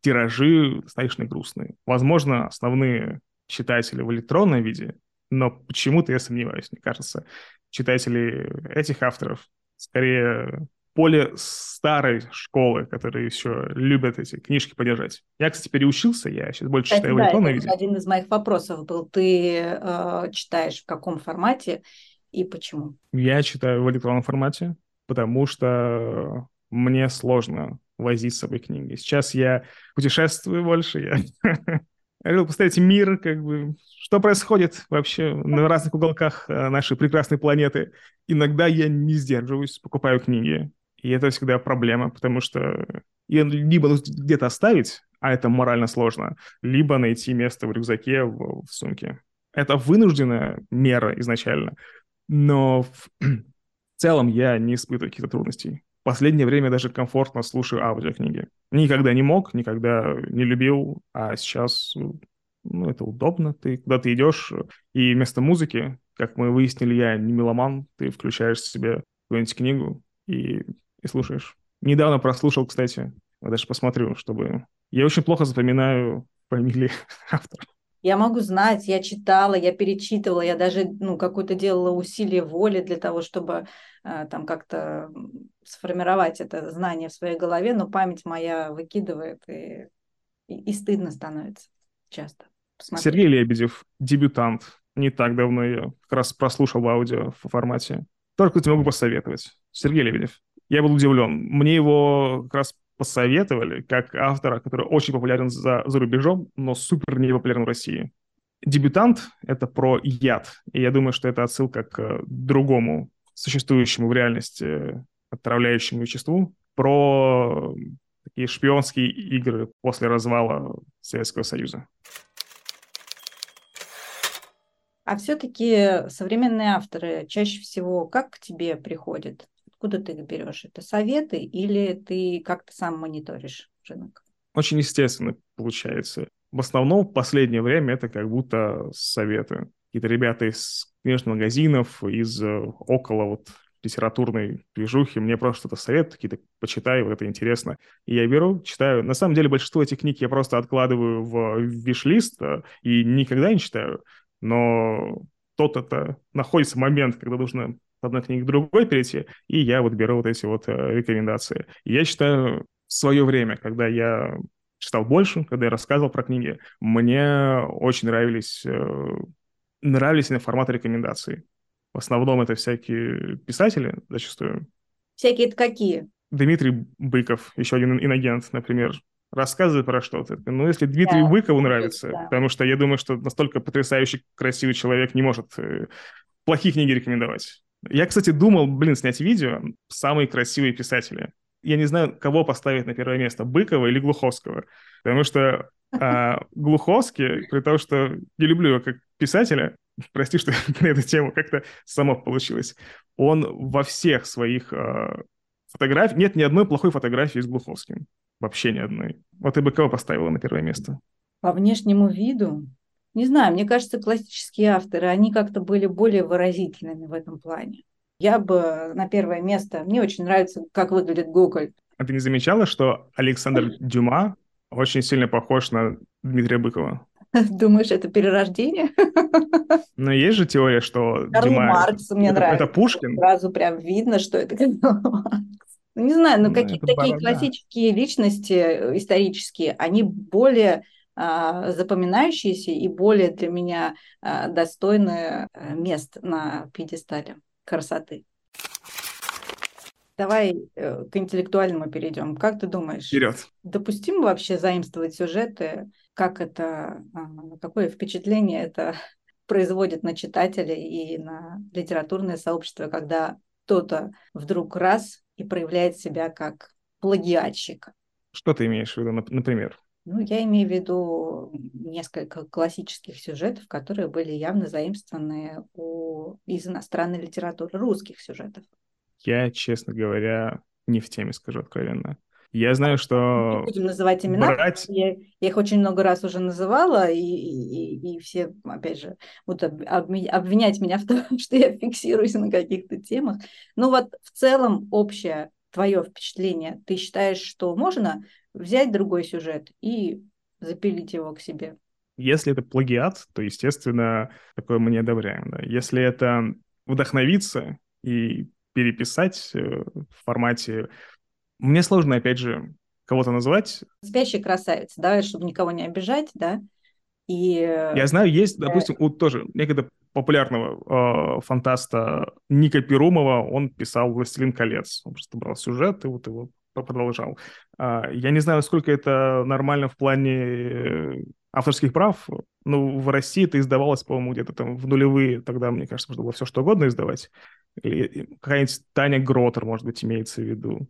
тиражи достаточно грустные. Возможно, основные читатели в электронном виде, но почему-то я сомневаюсь. Мне кажется, читатели этих авторов скорее более старой школы, которые еще любят эти книжки подержать. Я, кстати, переучился, я сейчас больше Кстати, читаю в да, это электронном вот виде. один из моих вопросов был. Ты э, читаешь в каком формате и почему? Я читаю в электронном формате, потому что мне сложно возить с собой книги. Сейчас я путешествую больше, я решил посмотреть мир, как бы, что происходит вообще на разных уголках э, нашей прекрасной планеты. Иногда я не сдерживаюсь, покупаю книги, и это всегда проблема, потому что ее либо нужно где-то оставить, а это морально сложно, либо найти место в рюкзаке, в, в сумке. Это вынужденная мера изначально, но в целом я не испытываю каких-то трудностей. В последнее время даже комфортно слушаю аудиокниги. Никогда не мог, никогда не любил, а сейчас, ну, это удобно. Ты куда ты идешь, и вместо музыки, как мы выяснили, я не меломан, ты включаешь себе какую-нибудь книгу и, и слушаешь. Недавно прослушал, кстати, я даже посмотрю, чтобы... Я очень плохо запоминаю фамилии авторов. Я могу знать, я читала, я перечитывала, я даже ну, какое-то делала усилие воли для того, чтобы э, там как-то сформировать это знание в своей голове, но память моя выкидывает, и, и, и стыдно становится часто. Посмотреть. Сергей Лебедев, дебютант. Не так давно я как раз прослушал в аудио в формате. Только тебе могу посоветовать. Сергей Лебедев. Я был удивлен. Мне его как раз посоветовали как автора, который очень популярен за, за рубежом, но супер не популярен в России. «Дебютант» — это про яд. И я думаю, что это отсылка к другому существующему в реальности отравляющему веществу, про такие шпионские игры после развала Советского Союза. А все-таки современные авторы чаще всего как к тебе приходят? Откуда ты их берешь? Это советы или ты как-то сам мониторишь рынок? Очень естественно получается. В основном в последнее время это как будто советы. Какие-то ребята из книжных магазинов, из э, около вот литературной движухи, мне просто это совет, какие-то почитаю, вот это интересно. И я беру, читаю. На самом деле большинство этих книг я просто откладываю в виш-лист э, и никогда не читаю. Но тот это находится момент, когда нужно от одной книги к другой перейти, и я вот беру вот эти вот э, рекомендации. И я читаю в свое время, когда я читал больше, когда я рассказывал про книги, мне очень нравились, э, нравились именно форматы рекомендаций. В основном это всякие писатели зачастую. Всякие-то какие? Дмитрий Быков, еще один инагент, например, рассказывает про что-то. Ну, если Дмитрию Да, Быкову есть, нравится, да. потому что я думаю, что настолько потрясающий, красивый человек не может э, плохие книги рекомендовать. Я, кстати, думал, блин, снять видео «Самые красивые писатели». Я не знаю, кого поставить на первое место, Быкова или Глуховского. Потому что а, Глуховский, при том, что не люблю его как писателя, прости, что на эту тему как-то само получилось, он во всех своих а, фотографиях... Нет ни одной плохой фотографии с Глуховским. Вообще ни одной. Вот ты бы кого поставила на первое место? По внешнему виду? Не знаю, мне кажется, классические авторы, они как-то были более выразительными в этом плане. Я бы на первое место... Мне очень нравится, как выглядит Гоголь. А ты не замечала, что Александр Дюма очень сильно похож на Дмитрия Быкова? Думаешь, это перерождение? Но есть же теория, что Карл Дюма это, Маркс мне это, это нравится. Пушкин. Сразу прям видно, что это Карл Маркс. Ну, не знаю, но Ну, какие-то это такие борода. классические личности э, исторические, они более а, запоминающиеся и более для меня а, достойны а, мест на пьедестале красоты. Давай э, к интеллектуальному перейдем. Как ты думаешь, Вперед. допустимо вообще заимствовать сюжеты? Как это, а, какое впечатление это производит на читателя и на литературное сообщество, когда кто-то вдруг раз и проявляет себя как плагиатчик? Что ты имеешь в виду, нап- например? Ну, я имею в виду несколько классических сюжетов, которые были явно заимствованы у, из иностранной литературы, русских сюжетов. Я, честно говоря, не в теме, скажу откровенно. Я знаю, Не что будем называть имена, брать... я, я их очень много раз уже называла, и, и, и все, опять же, будут об- обме- обвинять меня в том, что я фиксируюсь на каких-то темах. Но вот в целом общее твое впечатление, ты считаешь, что можно взять другой сюжет и запилить его к себе? Если это плагиат, то, естественно, такое мы не одобряем. Да. Если это вдохновиться и переписать э, в формате... Мне сложно, опять же, кого-то назвать. «Спящая красавица», давай, чтобы никого не обижать, да, и э, Я знаю, есть, допустим, у тоже некогда популярного э, фантаста Ника Перумова, он писал «Властелин колец». Он просто брал сюжет и вот его продолжал. А, я не знаю, насколько это нормально в плане э, авторских прав, но в России это издавалось, по-моему, где-то там в нулевые, тогда, мне кажется, можно было все что угодно издавать. Или какая-нибудь Таня Гротер, может быть, имеется в виду.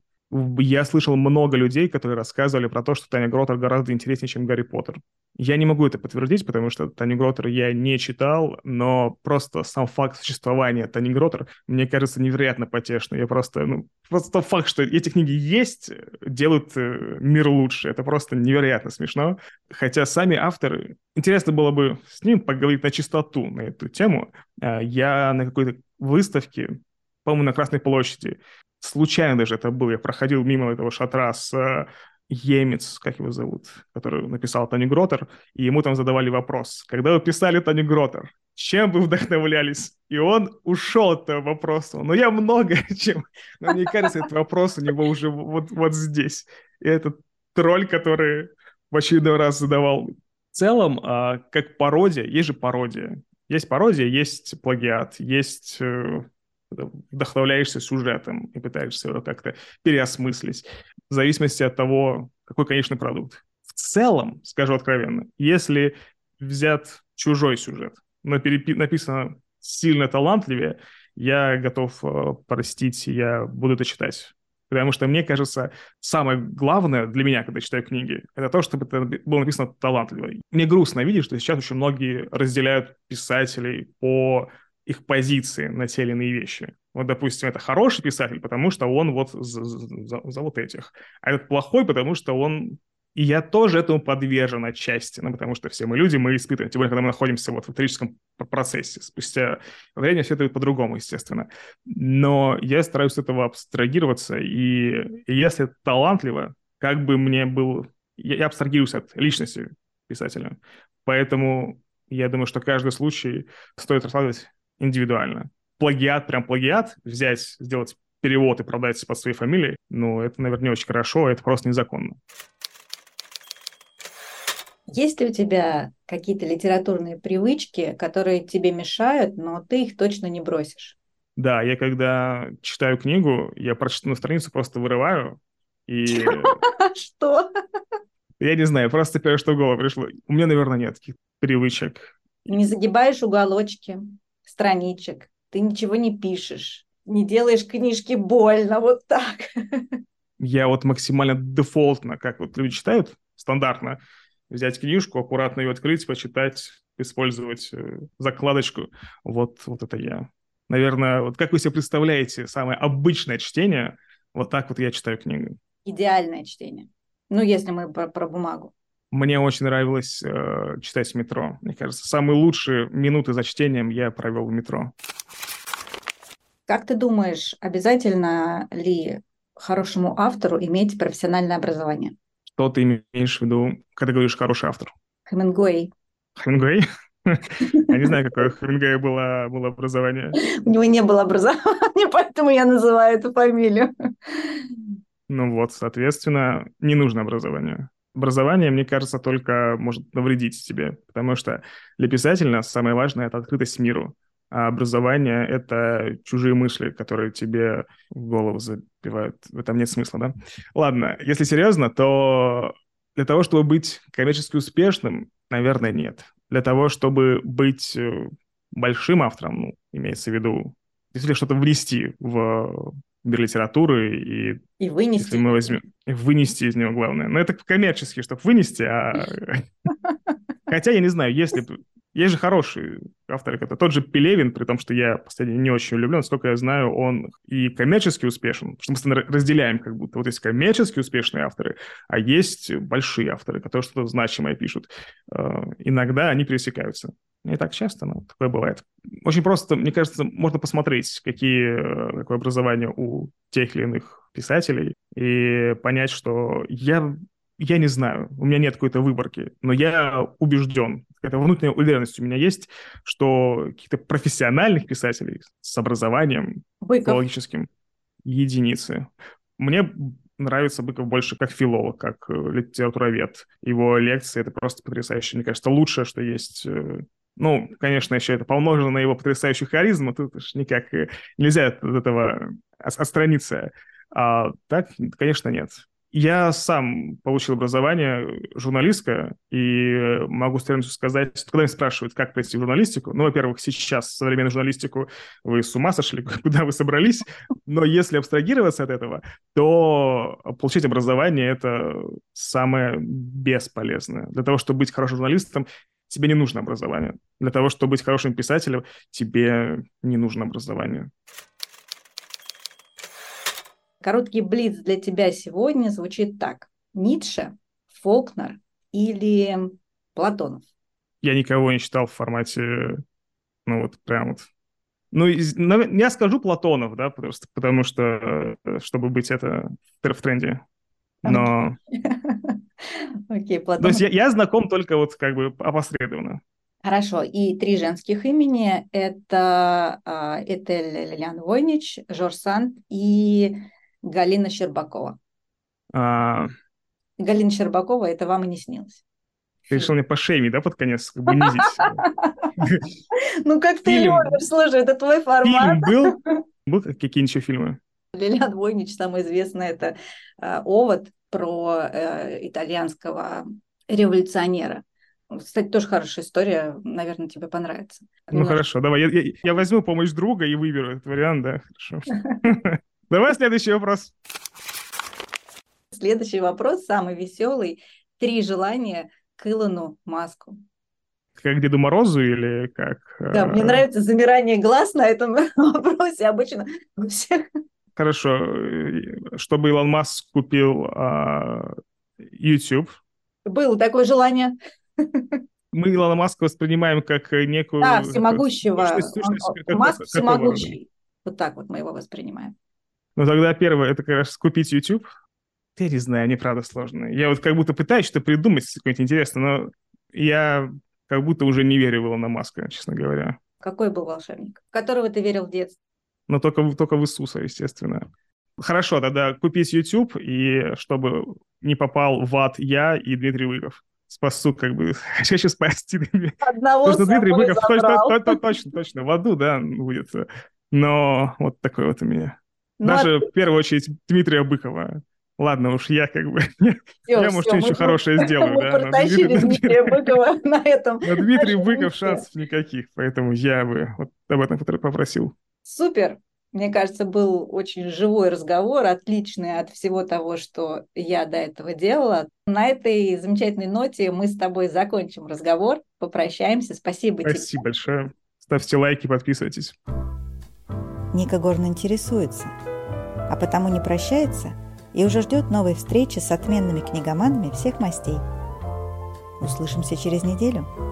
Я слышал много людей, которые рассказывали про то, что Таня Гротер гораздо интереснее, чем Гарри Поттер. Я не могу это подтвердить, потому что Таню Гротер я не читал, но просто сам факт существования Тани Гротер мне кажется невероятно потешным. Я просто, ну, просто факт, что эти книги есть, делают э, мир лучше. Это просто невероятно смешно. Хотя сами авторы... Интересно было бы с ним поговорить на чистоту на эту тему. Э, Я на какой-то выставке, по-моему, на Красной площади, случайно даже это был, я проходил мимо этого шатра с э, Емец, как его зовут, который написал Таню Гротер, и ему там задавали вопрос. Когда вы писали Таню Гротер, чем вы вдохновлялись? И он ушел от этого вопроса. Но я много чем. Но мне кажется, этот вопрос у него уже вот, вот здесь. И этот тролль, который в очередной раз задавал. В целом, а, как пародия, есть же пародия. Есть пародия, есть плагиат, есть... э, вдохновляешься сюжетом и пытаешься его как-то переосмыслить в зависимости от того, какой конечный продукт. В целом, скажу откровенно, если взят чужой сюжет, но перепи- написано сильно талантливее, я готов э, простить, я буду это читать. Потому что, мне кажется, самое главное для меня, когда читаю книги, это то, чтобы это было написано талантливо. Мне грустно видеть, что сейчас очень многие разделяют писателей по их позиции на те или иные вещи. Вот, допустим, это хороший писатель, потому что он вот за, за, за вот этих. А этот плохой, потому что он... И я тоже этому подвержен отчасти, ну, потому что все мы люди, мы испытываем, тем более, когда мы находимся вот в авторическом процессе. Спустя время все это по-другому, естественно. Но я стараюсь от этого абстрагироваться, и, и если это талантливо, как бы мне был... Я, я абстрагируюсь от личности писателя. Поэтому я думаю, что каждый случай стоит рассматривать индивидуально. Плагиат, прям плагиат, взять, сделать перевод и продать под своей фамилией, ну, это, наверное, не очень хорошо, это просто незаконно. Есть ли у тебя какие-то литературные привычки, которые тебе мешают, но ты их точно не бросишь? Да, я когда читаю книгу, я прочитанную страницу просто вырываю, и Что? я не знаю, просто первое, что в голову пришло. У меня, наверное, нет таких привычек. Не загибаешь уголочки страничек, ты ничего не пишешь, не делаешь книжки больно, вот так. Я вот максимально дефолтно, как вот люди читают, стандартно, взять книжку, аккуратно ее открыть, почитать, использовать э, закладочку. Вот, вот это я. Наверное, вот как вы себе представляете самое обычное чтение, вот так вот я читаю книгу. Идеальное чтение. Ну, если мы про, про бумагу. Мне очень нравилось э, читать в метро. Мне кажется, самые лучшие минуты за чтением я провел в метро. Как ты думаешь, обязательно ли хорошему автору иметь профессиональное образование? Что ты имеешь в виду, когда говоришь «хороший автор»? Хемингуэй. Хемингуэй? Я не знаю, какое у Хемингуэя было, было образование. У него не было образования, поэтому я называю эту фамилию. Ну вот, соответственно, не нужно образование. Образование, мне кажется, только может навредить тебе, потому что для писателя самое важное — это открытость миру, а образование — это чужие мысли, которые тебе в голову забивают. В этом нет смысла, да? Ладно, если серьезно, то для того, чтобы быть коммерчески успешным, наверное, нет. Для того, чтобы быть большим автором, ну, имеется в виду, действительно что-то внести в мир литературы и, и вынести. Если мы возьмем, вынести из него главное. Но это коммерчески, чтобы вынести, а... Хотя, я не знаю, если... Есть же хорошие авторы, это тот же Пелевин, при том, что я последний не очень люблю, насколько я знаю, он и коммерчески успешен, что мы с тобой разделяем как будто. Вот есть коммерчески успешные авторы, а есть большие авторы, которые что-то значимое пишут. Иногда они пересекаются. Не так часто, но такое бывает. Очень просто, мне кажется, можно посмотреть, какие, какое образование у тех или иных писателей, и понять, что я, я не знаю, у меня нет какой-то выборки, но я убежден, какая-то внутренняя уверенность у меня есть, что каких-то профессиональных писателей с образованием Быков. филологическим единицы. Мне нравится Быков больше как филолог, как литературовед. Его лекции — это просто потрясающе. Мне кажется, лучшее, что есть. Ну, конечно, еще это помножено на его потрясающую харизму, тут уж никак нельзя от этого отстраниться. А так, конечно, нет. Я сам получил образование журналистское, и могу с уверенностью сказать, что когда меня спрашивают, как пройти в журналистику, ну, во-первых, сейчас современную журналистику вы с ума сошли, куда вы собрались, но если абстрагироваться от этого, то получить образование — это самое бесполезное. Для того, чтобы быть хорошим журналистом, тебе не нужно образование. Для того, чтобы быть хорошим писателем, тебе не нужно образование. Короткий блиц для тебя сегодня звучит так. Ницше, Фолкнер или Платонов? Я никого не читал в формате, ну вот прям вот. Ну, из, ну я скажу Платонов, да, потому что, потому что чтобы быть это в тренде. Но... Окей, Платонов. То есть я, я знаком только вот как бы опосредованно. Хорошо. И три женских имени – это а, Этель Лилиан Войнич, Жорж Санд и Галина Щербакова. А... Галина Щербакова – это вам и не снилось. Ты решил мне пошеймить, да, под конец, как бы унизить? Ну, как ты любишь, слушай, это твой формат. Фильм был? Был какие-нибудь еще фильмы? Лилиан Войнич, самое известное, это «Овод» про итальянского революционера. Кстати, тоже хорошая история, наверное, тебе понравится. Ну, хорошо, давай, я, я, я возьму помощь друга и выберу этот вариант, да, хорошо. Давай следующий вопрос. Следующий вопрос, самый веселый. Три желания к Илону Маску. Как Деду Морозу или как... Да, мне нравится замирание глаз на этом вопросе. Обычно у всех... Хорошо. Чтобы Илон Маск купил а, YouTube. Было такое желание. Мы Илона Маска воспринимаем как некую... Да, всемогущего. Сущность, сущность, Он, как, Маск как, всемогущий. Вот так вот мы его воспринимаем. Ну, тогда первое, это, конечно, купить YouTube. Я не знаю, они правда сложные. Я вот как будто пытаюсь что-то придумать, какое-нибудь интересное, но я как будто уже не верю в Илона Маска, честно говоря. Какой был волшебник? В которого ты верил в детстве? Но только, только в Иисуса, естественно. Хорошо, тогда купить YouTube, и чтобы не попал в ад я и Дмитрий Быков. Спасу, как бы, хочу спасти. Одного Потому что Дмитрий Быков точно, точно, точно, точно в аду, да, будет. Но вот такой вот у меня. Ну, Даже а... в первую очередь Дмитрия Быкова. Ладно уж, я как бы... Все, я, может, что-нибудь еще хорошее сделаю, мы да? Мы протащили Дмитрия Быкова на этом. На Дмитрий Быков шансов никаких, поэтому я бы вот об этом попросил. Супер! Мне кажется, был очень живой разговор, отличный от всего того, что я до этого делала. На этой замечательной ноте мы с тобой закончим разговор, попрощаемся. Спасибо тебе. Спасибо большое. Ставьте лайки, подписывайтесь. Ника Горн интересуется, а потому не прощается и уже ждет новой встречи с отменными книгоманами всех мастей. Услышимся через неделю.